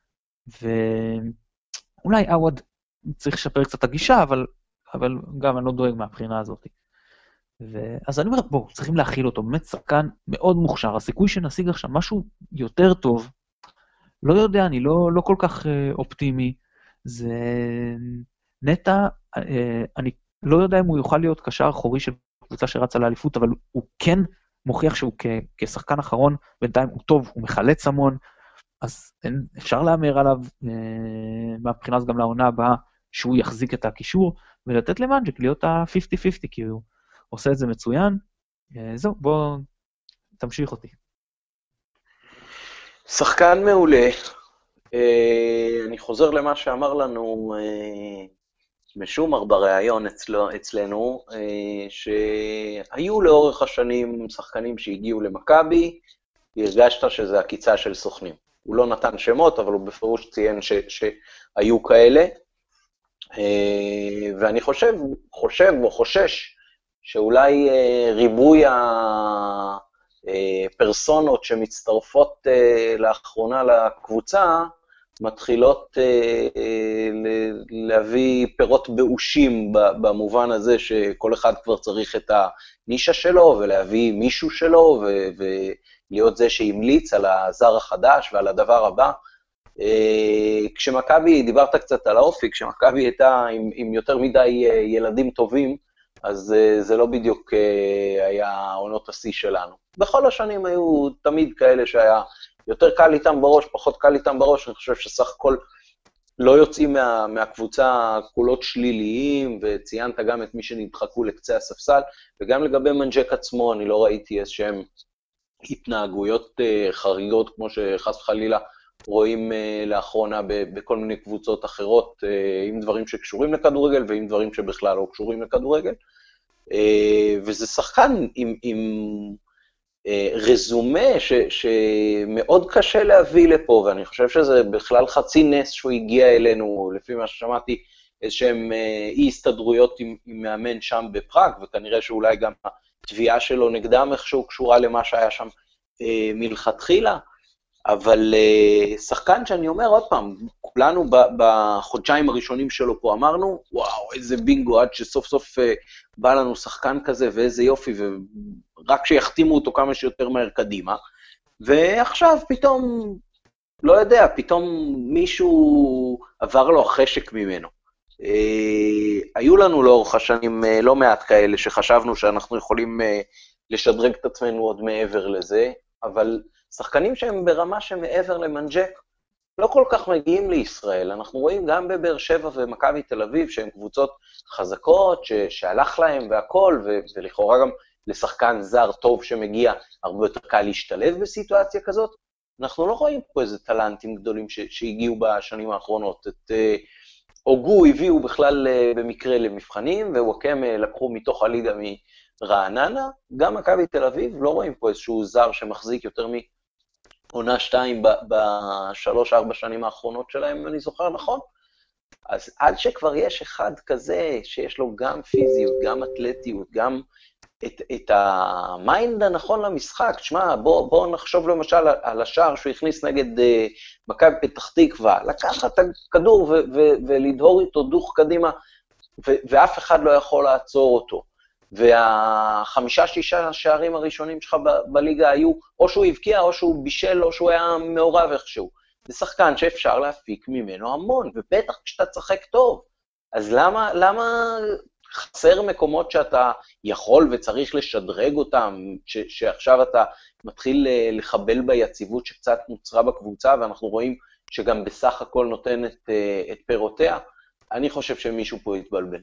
ואולי עווד צריך לשפר קצת את הגישה, אבל גם אני לא דואג מהבחינה הזאת. אז אני אומר, בואו, צריכים להכיל אותו, באמת שחקן מאוד מוכשר, הסיכוי שנשיג עכשיו משהו יותר טוב, לא יודע, אני לא כל כך אופטימי, זה נטע, אני לא יודע אם הוא יוכל להיות קשר אחורי של קבוצה שרצה לאליפות, אבל הוא כן מוכיח שהוא כשחקן אחרון, בינתיים הוא טוב, הוא מחלץ המון, אז אפשר לאמר עליו מהבחינה גם לעונה הבאה, שהוא יחזיק את הקישור, ולתת למנג'ק להיות ה-50-50, כי הוא עושה את זה מצוין. זהו, בוא תמשיך אותי. שחקן מעולה. אני חוזר למה שאמר לנו משומר בריאיון אצלנו, שהיו לאורך השנים שחקנים שהגיעו למכבי, הרגשת שזה הקיצה של סוכנים. הוא לא נתן שמות, אבל הוא בפירוש ציין שהיו כאלה, ואני חושב או חושש שאולי ריבוי הפרסונות שמצטרפות לאחרונה לקבוצה, מתחילות להביא פירות באושים במובן הזה שכל אחד כבר צריך את הנישה שלו, ולהביא מישהו שלו, ולהיות זה שהמליץ על הזר החדש ועל הדבר הבא. כשמכבי, דיברת קצת על האופי, כשמכבי הייתה עם יותר מדי ילדים טובים, אז זה לא בדיוק היה עונות השיא שלנו. בכל השנים היו תמיד כאלה שהיה יותר קל איתם בראש, פחות קל איתם בראש, אני חושב שסך הכל לא יוצאים מהקבוצה קולות שליליים, וציינת גם את מי שנדחקו לקצה הספסל, וגם לגבי מנג'ק עצמו, אני לא ראיתי איזשהם התנהגויות חריגות, כמו שחס וחלילה רואים לאחרונה בכל מיני קבוצות אחרות, עם דברים שקשורים לכדורגל, ועם דברים שבכלל לא קשורים לכדורגל, וזה שחקן עם רזומה שמאוד קשה להביא לפה, ואני חושב שזה בכלל חצי נס שהוא הגיע אלינו, לפי מה ששמעתי, איזשהם אי הסתדרויות עם מאמן שם בפראג, וכנראה שאולי גם התביעה שלו נגדם איכשהו קשורה למה שהיה שם מלכתחילה, אבל שחקן שאני אומר עוד פעם, כולנו בחודשיים הראשונים שלו פה אמרנו, וואו, איזה בינגו, עד שסוף סוף בא לנו שחקן כזה, ואיזה יופי, ורק שיחתימו אותו כמה שיותר מהר קדימה, ועכשיו פתאום, לא יודע, פתאום מישהו עבר לו החשק ממנו. היו לנו לאורך השנים לא מעט כאלה שחשבנו שאנחנו יכולים לשדרג את עצמנו עוד מעבר לזה, אבל שחקנים שהם ברמה שמעבר למנג'ק, לא כל כך מגיעים לישראל. אנחנו רואים גם בבאר שבע ומכבי תל אביב, שהן קבוצות חזקות, שהלך להם והכל, ולכאורה גם לשחקן זר טוב שמגיע, הרבה יותר קל להשתלב בסיטואציה כזאת. אנחנו לא רואים פה איזה טלנטים גדולים שהגיעו בשנים האחרונות. את אוגו הביאו בכלל במקרה למבחנים, ווואקם לקחו מתוך הליגה מרעננה. גם מכבי תל אביב, לא רואים פה איזשהו זר שמחזיק יותר עונה 2 ב3-4 שנים האחרונות שלהם, אני זוכר נכון. אז עד שכבר יש אחד כזה, שיש לו גם פיזיות, גם אתלטיות, גם את המיינד הנכון למשחק, תשמע, בוא נחשוב למשל על השער שהוא הכניס נגד מכבי פתח תקווה, לקחת את הכדור ולדהור איתו דוך קדימה, ואף אחד לא יכול לעצור אותו. וה5-6 שערים הראשונים שלך בליגה היו, או שהוא הבקיע, או שהוא בישל, או שהוא היה מעורב איכשהו. זה שחקן שאפשר להפיק ממנו המון, ובטח כשאתה צחק טוב. אז למה חסר מקומות שאתה יכול וצריך לשדרג אותם, שעכשיו אתה מתחיל לחבל ביציבות שקצת נוצרה בקבוצה, ואנחנו רואים שגם בסך הכל נותן את פירותיה? אני חושב שמישהו פה יתבלבל.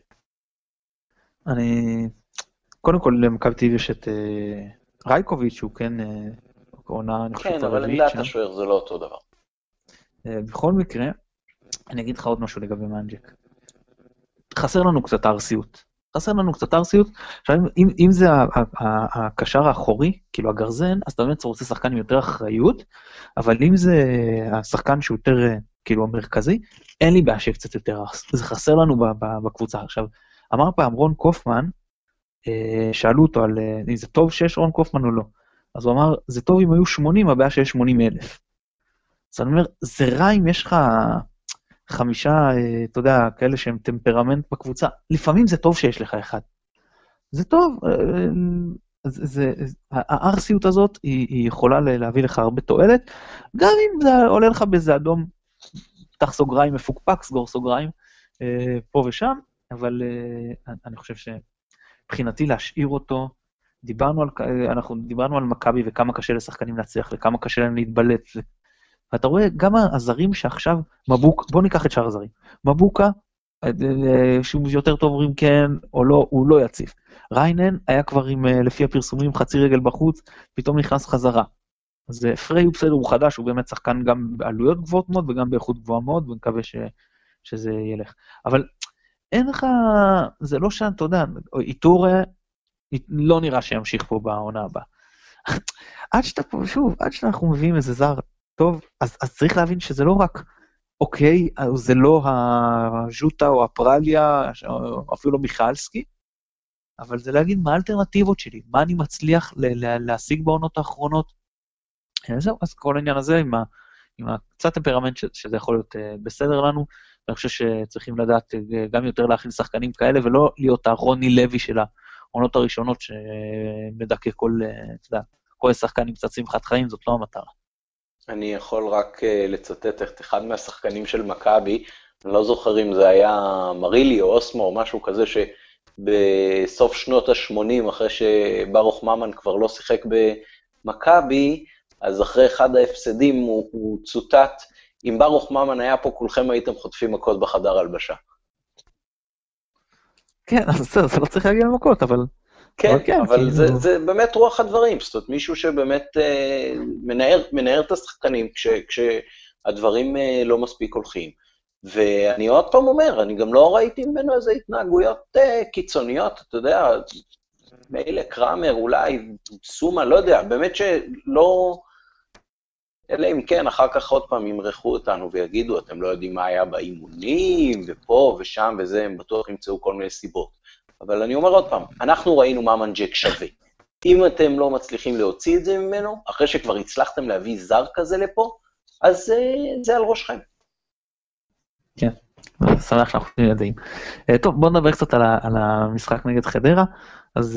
קודם כל, למכבי תל אביב יש את רייקוביץ', שהוא כן עונה, אני חושב, כן, אבל עמדת השוער זה לא אותו דבר. בכל מקרה, אני אגיד לך עוד משהו לגבי מנג'ק. חסר לנו קצת ארסיות. עכשיו, אם זה הקשר האחורי, כאילו הגרזן, אז אתה באמת רוצה שחקן עם יותר אחריות, אבל אם זה השחקן שהוא יותר, כאילו, המרכזי, אין לי בעיה שקצת יותר ארס. זה חסר לנו בקבוצה. עכשיו, אמר פעם רון קופמן, שאלו אותו על אם זה טוב שיש רון קופמן או לא. אז הוא אמר, זה טוב אם היו 80, הבעיה שיש 80,000. אז אני אומר, זה רע אם יש לך 5, אתה יודע, כאלה שהם טמפרמנט בקבוצה, לפעמים זה טוב שיש לך אחד. זה טוב, הארסיות הזאת היא יכולה להביא לך הרבה תועלת, גם אם זה עולה לך באיזה אדום, פתח סוגריים מפוקפק, סגור סוגריים, פה ושם, אבל אני חושב שבחינתי להשאיר אותו, אנחנו דיברנו על מכבי וכמה קשה לשחקנים להצליח, וכמה קשה להם להתבלט, ואתה רואה גם הזרים שעכשיו, בוא ניקח את שאר הזרים, מבוקה, שהוא יותר טוב אומרים כן או לא, הוא לא יציב. ריינן היה כבר לפי הפרסומים חצי רגל בחוץ, פתאום נכנס חזרה. אז פריי הוא בסדר, הוא חדש, הוא באמת שחקן גם בעלויות גבוהות מאוד, וגם באיכות גבוהה מאוד, ונקווה שזה ילך. אבל אין לך, זה לא שאתה יודע, איתור לא נראה שימשיך פה בעונה הבאה. עד שאנחנו מביאים איזה זר טוב, אז צריך להבין שזה לא רק, אוקיי, זה לא הז'וטה או הפרליה, או אפילו מיכלסקי, אבל זה להגיד מה האלטרנטיבות שלי, מה אני מצליח להשיג בעונות האחרונות. זהו, אז כל העניין הזה עם קצת טמפרמנט שזה יכול להיות בסדר לנו, ואני חושב שצריכים לדעת גם יותר להכין שחקנים כאלה, ולא להיות הרוני לוי של העונות הראשונות, שמדכא כל שחקן עם קצת שמחת חיים, זאת לא המטרה. אני יכול רק לצטט את אחד מהשחקנים של מכבי, אני לא זוכר אם זה היה מרילי או אוסמו או משהו כזה, שבסוף שנות ה-80, אחרי שברוך ממן כבר לא שיחק במכבי, אז אחרי אחד ההפסדים הוא צוטט, אם ברוך ממן היה פה, כולכם הייתם חוטפים מכות בחדר הלבשה. כן, אז זה לא צריך להגיע למכות, אבל... כן, אבל זה באמת רוח הדברים, זאת אומרת, מישהו שבאמת מנער את השחקנים כשהדברים לא מספיק הולכים. ואני עוד פעם אומר, אני גם לא ראיתי ממנו איזה התנהגויות קיצוניות, אתה יודע, מילא קרמר, אולי סומה, לא יודע, באמת שלא... אלא אם כן, אחר כך עוד פעם ימרחו אותנו ויגידו, אתם לא יודעים מה היה באימונים, ופה ושם וזה, הם בטוח ימצאו כל מיני סיבות. אבל אני אומר עוד פעם, אנחנו ראינו מה מנג'ק שווה. אם אתם לא מצליחים להוציא את זה ממנו, אחרי שכבר הצלחתם להביא זר כזה לפה, אז זה על ראשכם. כן, שמח שאנחנו יודעים. טוב, בואו נדבר קצת על המשחק נגד חדרה. אז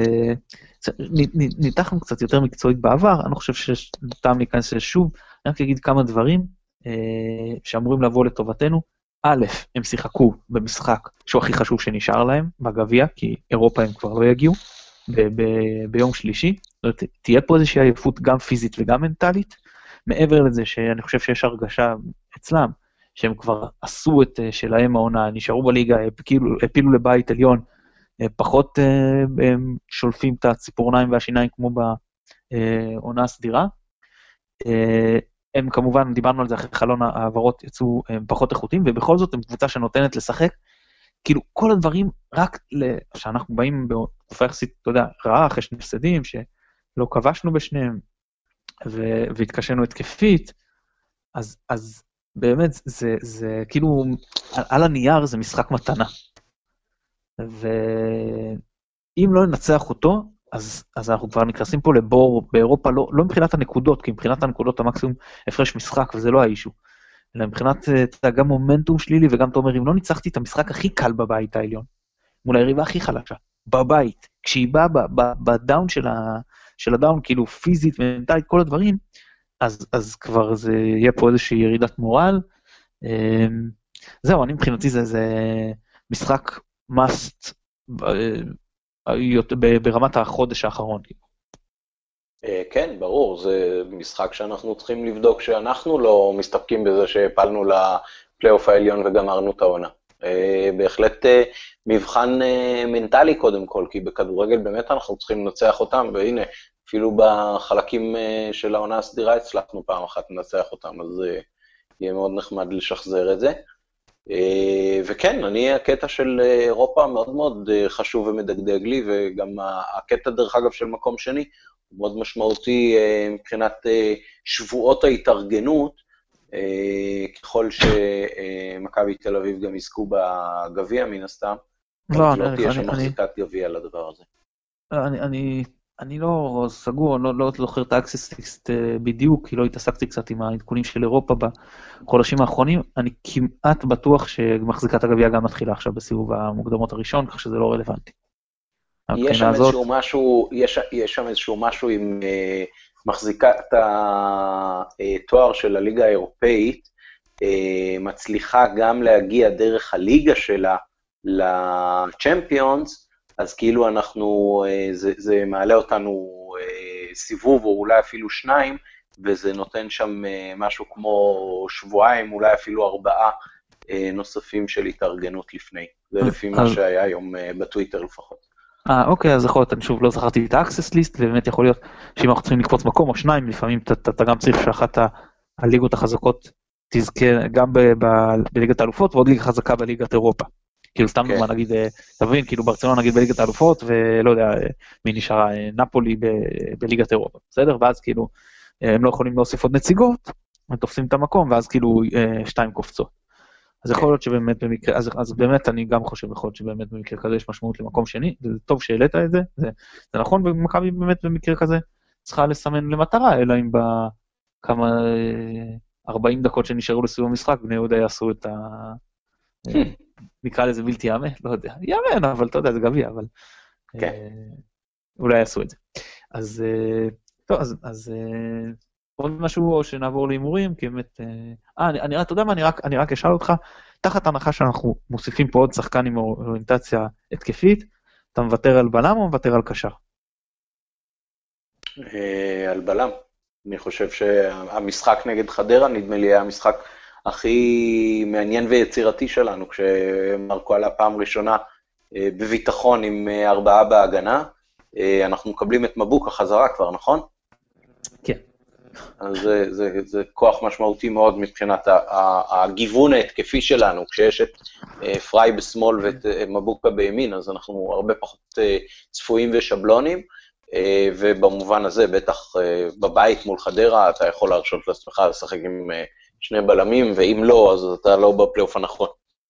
ניתחנו קצת יותר מקצועית בעבר, אני חושב שיש טעם להיכנס שוב, אני רק אגיד כמה דברים שאמורים לבוא לטובתנו. א', הם שיחקו במשחק שהוא הכי חשוב שנשאר להם, בגביע, כי אירופה הם כבר לא יגיעו, ביום שלישי, זאת אומרת, תהיה פה איזושהי עייפות גם פיזית וגם מנטלית, מעבר לזה שאני חושב שיש הרגשה אצלם, שהם כבר עשו את שלהם העונה, נשארו בליגה, הפילו לבית עליון, פחות שולפים את הציפורניים והשיניים כמו בעונה הסדירה, הם כמובן, דיברנו על זה אחרי חלון העברות, יצאו פחות איכותיים, ובכל זאת הם קבוצה שנותנת לשחק, כאילו כל הדברים רק שאנחנו באים בתקופה יחסית, אתה יודע, רעה אחרי שני הפסדים, שלא כבשנו בשניהם, והתקשנו התקפית, אז באמת זה כאילו, על הנייר זה משחק מתנה, ואם לא ננצח אותו, אז אנחנו כבר נכנסים פה לבור באירופה, לא מבחינת הנקודות, כי מבחינת הנקודות המקסימום הפרש משחק, וזה לא האישו, אלא מבחינת גם מומנטום שלילי, וגם אתה אומר, אם לא ניצחתי את המשחק הכי קל בבית העליון, מול היריבה הכי חלשה, בבית, כשהיא באה בדאון של הדאון, כאילו פיזית, מנטלית, כל הדברים, אז כבר זה יהיה פה איזושהי ירידת מורל. זהו, אני מבחינתי זה משחק must ברמת החודש האחרון. כן, ברור, זה משחק שאנחנו צריכים לבדוק שאנחנו לא מסתפקים בזה שהפלנו לפלייאוף העליון וגמרנו את העונה. בהחלט מבחן מנטלי קודם כל, כי בכדורגל באמת אנחנו צריכים לנצח אותם, והנה, אפילו בחלקים של העונה הסדירה הצלחנו פעם אחת לנצח אותם, אז יהיה מאוד נחמד לשחזר את זה. וכן, הקטע של אירופה מאוד מאוד חשוב ומדגדג לי, וגם הקטע דרך אגב של מקום שני, הוא מאוד משמעותי מבחינת שבועות ההתארגנות, ככל שמכבי תל אביב גם יזכו בגביע מן הסתם, לא, אז לא תהיה שם מחזיקת גביע לדבר הזה. אני לא סגור, אני לא זוכר את האקסס בדיוק, כי לא התעסקתי קצת עם העדכונים של אירופה בחודשים האחרונים, אני כמעט בטוח שמחזיקת הגביע גם מתחילה עכשיו בסיבוב המוקדמות הראשון, כך שזה לא רלוונטי. יש שם איזשהו משהו עם מחזיקת התואר של הליגה האירופאית, מצליחה גם להגיע דרך הליגה שלה לצ'מפיונס, אז כאילו זה מעלה אותנו סיבוב או אולי אפילו 2, וזה נותן שם משהו כמו שבועיים, אולי אפילו 4 נוספים של התארגנות לפני. זה לפי מה שהיה היום בטוויטר לפחות. אוקיי, אז יכול להיות, אני שוב לא זכרתי את האקסס ליסט, ובאמת יכול להיות שאם אנחנו צריכים לקפוץ מקום או 2, לפעמים אתה גם צריך שאחת הליגות החזקות תזכה גם בליגת האלופות, ועוד ליגה חזקה בליגת אירופה. כאילו סתם דוגמה, נגיד, תבין, כאילו ברצלונה נגיד בליגת האלופות, ולא יודע, מי נשארה, נפולי בליגת אירופה, בסדר? ואז כאילו, הם לא יכולים להוסיף עוד נציגות, הם תופסים את המקום, ואז כאילו 2 קופצות. אז יכול להיות שבאמת במקרה, אז באמת אני גם חושב יכול להיות שבאמת במקרה כזה יש משמעות למקום שני, זה טוב שהעלית את זה, זה נכון, במכבי באמת במקרה כזה צריכה לסמן למטרה, אלא אם בכמה 40 דקות שנשארו לסיום המשחק, בני יהודה יעשו את נקרא לזה בלתי יאמן, לא יודע, יאמן, אבל אתה יודע, זה גביע, אבל אולי יעשו את זה. אז טוב, אז עוד משהו, או שנעבור להימורים, כי באמת, אתה יודע מה, אני רק אשאל אותך, תחת הנחה שאנחנו מוסיפים פה עוד שחקן עם אוריינטציה התקפית, אתה מוותר על בלם או מוותר על קשר? על בלם. אני חושב שהמשחק נגד חדרה, נדמה לי, היה המשחק הכי מעניין ויצירתי שלנו, כשמרקו עלה פעם ראשונה בביטחון עם 4 בהגנה, אנחנו מקבלים את מבוק החזרה כבר, נכון? כן. אז זה כוח משמעותי מאוד מבחינת הגיוון ההתקפי שלנו, כשיש את פריי בשמאל ואת מבוקה בימין, אז אנחנו הרבה פחות צפויים ושבלונים, ובמובן הזה, בטח בבית מול חדרה, אתה יכול להרשות לעצמך לשחק עם 2 בלמים, ואם לא, אז אתה לא בפלייאוף הנכון.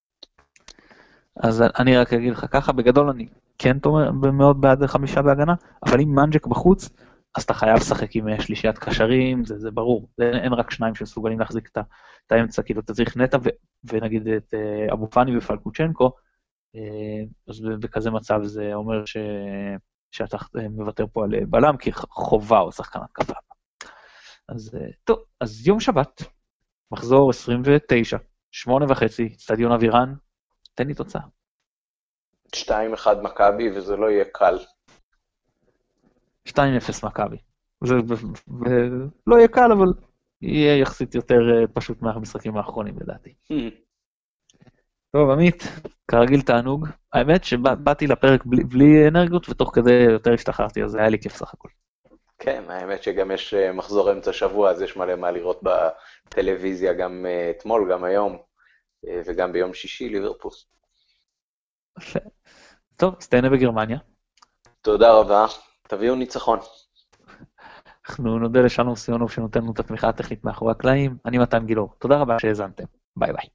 אז אני רק אגיד לך ככה, בגדול אני כן מאוד בעד 5 בהגנה, אבל אם מנג'ק בחוץ, אז אתה חייב לשחק עם שלישיית קשרים, זה ברור, אין רק 2 שמסוגלים להחזיק את האמצע, כאילו אתה צריך נטע ונגיד את אבו פאני ופלקוצ'נקו, אז בכזה מצב זה אומר שאתה מוותר פה על בלם, כי חובה או שחקן התקפה. אז טוב, אז יום שבת, מחזור 29, 8:30, סטדיון אבירן, תן לי תוצאה. 2-1 מכבי, וזה לא יהיה קל. 2-0 מכבי. זה לא יהיה קל, אבל יהיה יחסית יותר פשוט מהמשחקים האחרונים, לדעתי. טוב, עמית, כרגיל תענוג. האמת שבאתי לפרק בלי אנרגיות, ותוך כדי יותר השתחררתי, אז היה לי כיף סך הכל. כן, האמת שגם יש מחזור אמצע שבוע, אז יש מלא מה לראות בטלוויזיה, גם אתמול, גם היום, וגם ביום שישי, ליברפול. טוב, סטיינה בגרמניה. תודה רבה, תביאו ניצחון. אנחנו נודה לשלום סיונוב שנותן לנו את התמיכה הטכנית מאחורי הקלעים. אני מתן גילאור, תודה רבה שהאזנתם, ביי ביי.